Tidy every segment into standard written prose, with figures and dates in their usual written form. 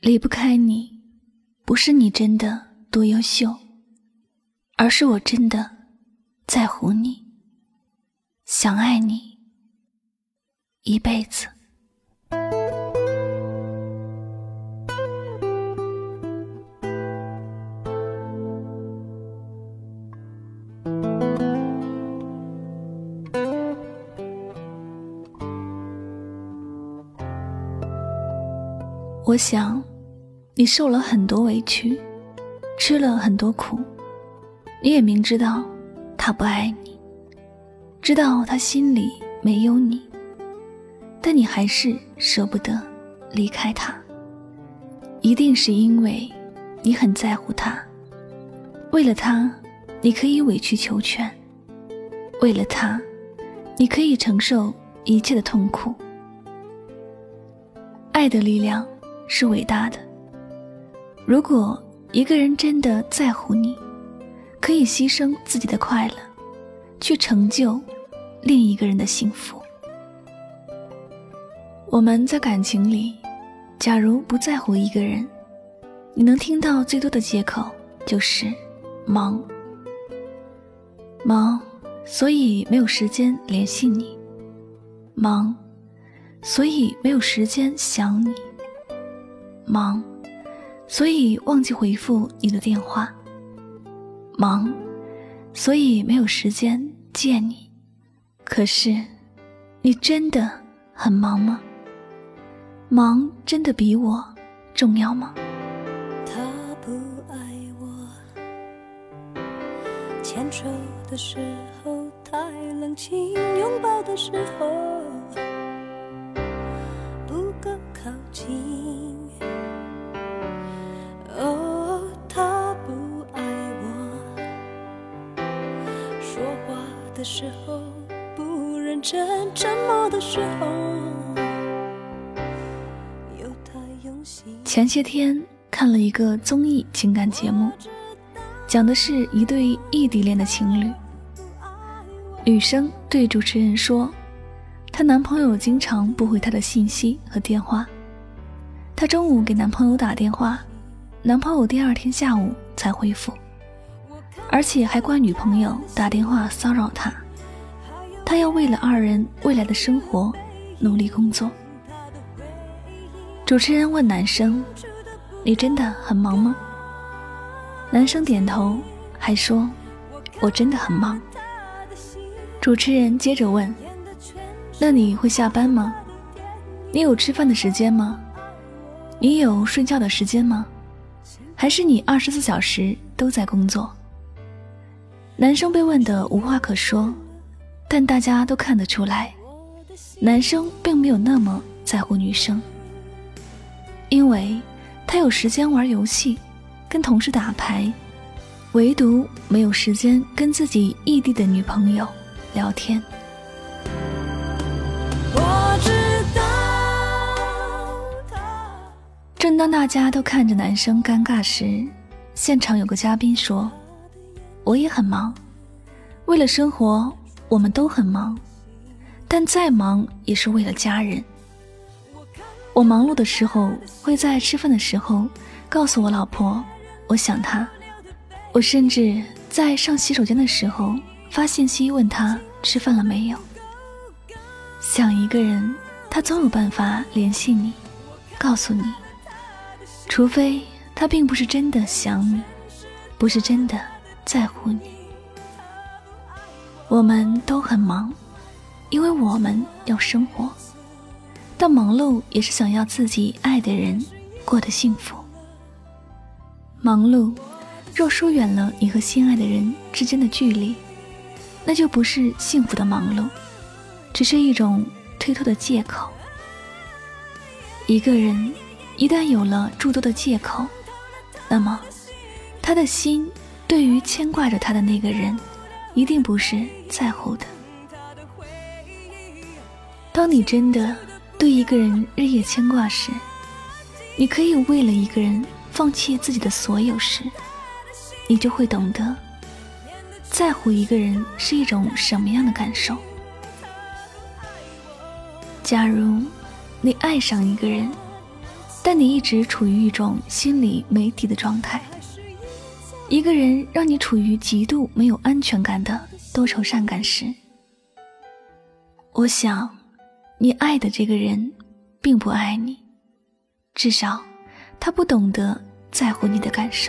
离不开你，不是你真的多优秀，而是我真的在乎你，想爱你一辈子。我想你受了很多委屈，吃了很多苦，你也明知道他不爱你，知道他心里没有你，但你还是舍不得离开他。一定是因为你很在乎他，为了他你可以委曲求全，为了他你可以承受一切的痛苦。爱的力量是伟大的，如果一个人真的在乎你，可以牺牲自己的快乐，去成就另一个人的幸福。我们在感情里，假如不在乎一个人，你能听到最多的借口就是忙，忙，所以没有时间联系你，忙，所以没有时间想你，忙，所以忘记回复你的电话，忙，所以没有时间见你。可是你真的很忙吗？忙真的比我重要吗？ 他不爱我，牵手的时候太冷清，拥抱的时候不够靠近。哦，他不爱我，说话的时候不认真，沉默的时候有他用心。 前些天看了一个综艺情感节目，讲的是一对异地恋的情侣。女生对主持人说，她男朋友经常不回她的信息和电话，她中午给男朋友打电话，男朋友第二天下午才回复，而且还怪女朋友打电话骚扰她，她要为了二人未来的生活努力工作。主持人问男生，你真的很忙吗？男生点头，还说我真的很忙。主持人接着问，那你会下班吗？你有吃饭的时间吗？你有睡觉的时间吗？还是你24小时都在工作？男生被问得无话可说，但大家都看得出来，男生并没有那么在乎女生，因为他有时间玩游戏，跟同事打牌，唯独没有时间跟自己异地的女朋友聊天。 我知道正当大家都看着男生尴尬时，现场有个嘉宾说，我也很忙，为了生活我们都很忙，但再忙也是为了家人。我忙碌的时候会在吃饭的时候告诉我老婆我想她，我甚至在上洗手间的时候发信息问她吃饭了没有。想一个人，他总有办法联系你，告诉你，除非他并不是真的想你，不是真的在乎你。我们都很忙，因为我们要生活，但忙碌也是想要自己爱的人过得幸福。忙碌若疏远了你和心爱的人之间的距离，那就不是幸福的忙碌，只是一种推脱的借口。一个人一旦有了诸多的借口，那么他的心对于牵挂着他的那个人一定不是在乎的。当你真的对一个人日夜牵挂时，你可以为了一个人放弃自己的所有时，你就会懂得在乎一个人是一种什么样的感受。假如你爱上一个人， 但你一直处于一种心里没底的状态。一个人让你处于极度没有安全感的多愁善感时，我想你爱的这个人并不爱你，至少他不懂得在乎你的感受。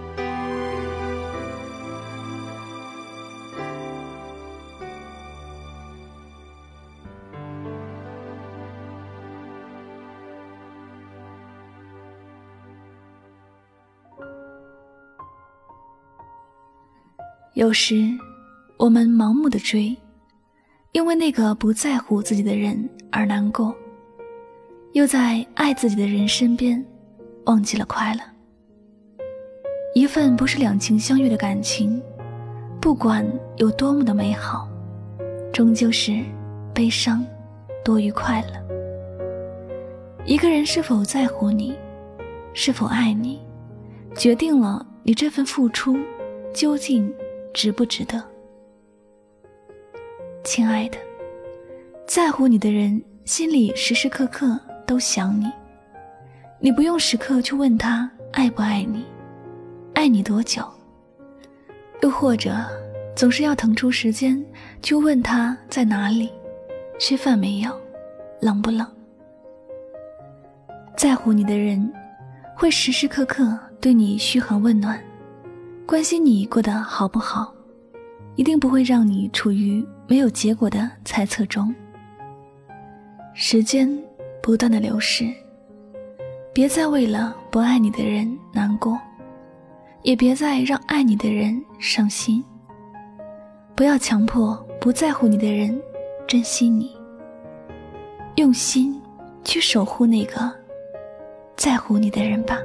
有时我们盲目的追，因为那个不在乎自己的人而难过，又在爱自己的人身边忘记了快乐。一份不是两情相悦的感情，不管有多么的美好，终究是悲伤多于快乐。一个人是否在乎你，是否爱你，决定了你这份付出究竟值不值得。亲爱的，在乎你的人心里时时刻刻都想你，你不用时刻去问他爱不爱你，爱你多久，又或者总是要腾出时间去问他在哪里，吃饭没有，冷不冷。在乎你的人会时时刻刻对你嘘寒问暖，关心你过得好不好，一定不会让你处于没有结果的猜测中。时间不断的流逝，别再为了不爱你的人难过，也别再让爱你的人伤心。不要强迫不在乎你的人珍惜你，用心去守护那个在乎你的人吧。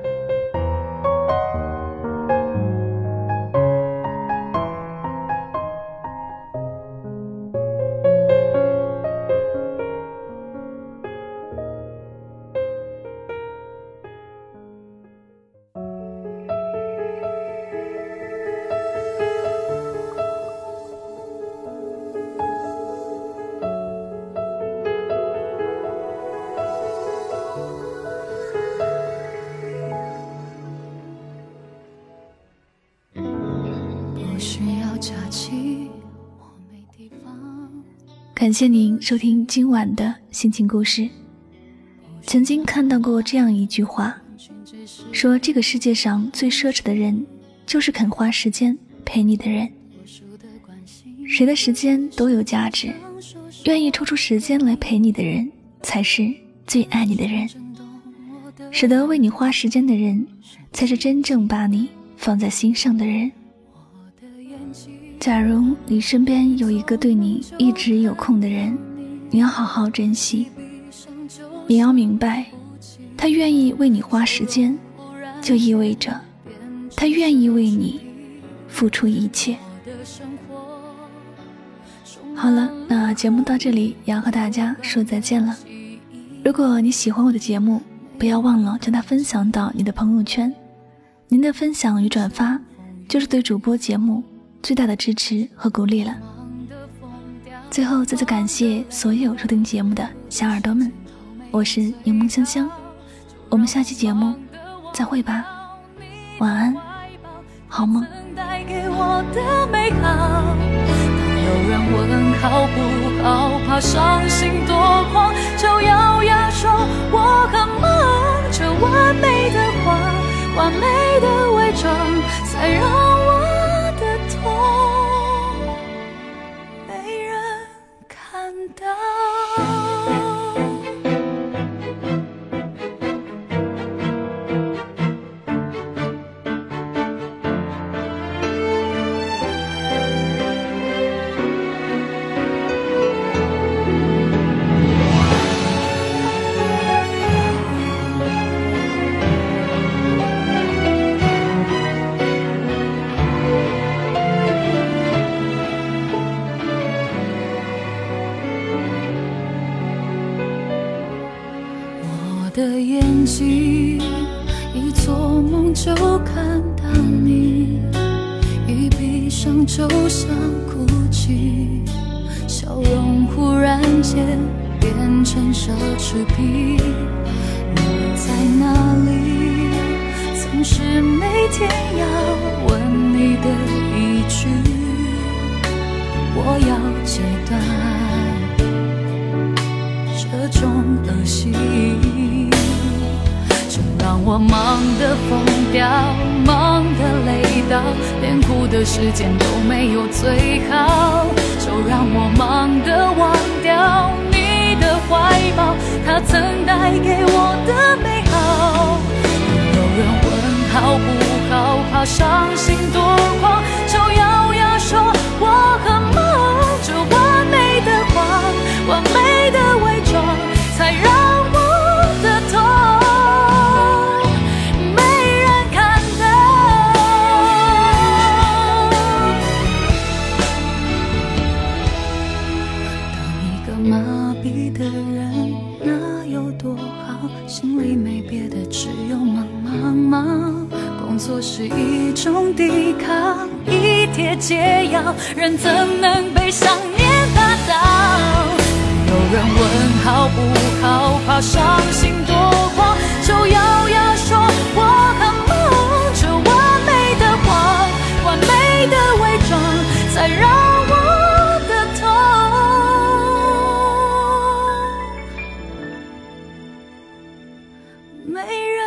感谢您收听今晚的心情故事。曾经看到过这样一句话，说这个世界上最奢侈的人就是肯花时间陪你的人。谁的时间都有价值，愿意抽出时间来陪你的人才是最爱你的人。舍得为你花时间的人才是真正把你放在心上的人。假如你身边有一个对你一直有空的人，你要好好珍惜，也要明白他愿意为你花时间，就意味着他愿意为你付出一切。好了，那节目到这里也要和大家说再见了。如果你喜欢我的节目，不要忘了将它分享到你的朋友圈，您的分享与转发就是对主播节目最大的支持和鼓励了。最后再次感谢所有收听节目的小耳朵们，我是柠檬香香，我们下期节目再会吧，晚安，好梦。带给我的美好，当有人问好不好，怕伤心多狂，就咬牙说我很忙，这完美的话，完美的伪装，才让我没人看到。我的眼睛一做梦就看到你，一闭上就想哭泣，笑容忽然间变成奢侈品。你在哪里？总是每天要问你的一句，我要戒断这种恶习。就让我忙得疯掉，忙得累到，连哭的时间都没有最好。就让我忙得忘掉你的怀抱，它曾带给我的美好。有人问好不好，怕伤心多狂，就咬牙说我很忙。这完美的谎，完美的伪装，才让我的痛没人看到。当一个麻痹的人，那有多好？心里没别的，只有忙忙忙。工作是一种抵抗，一帖解药，人怎能被想念打倒？有人问好不好，怕伤心多狂，就咬牙说我很忙。这完美的谎，完美的伪装，才让我的痛没人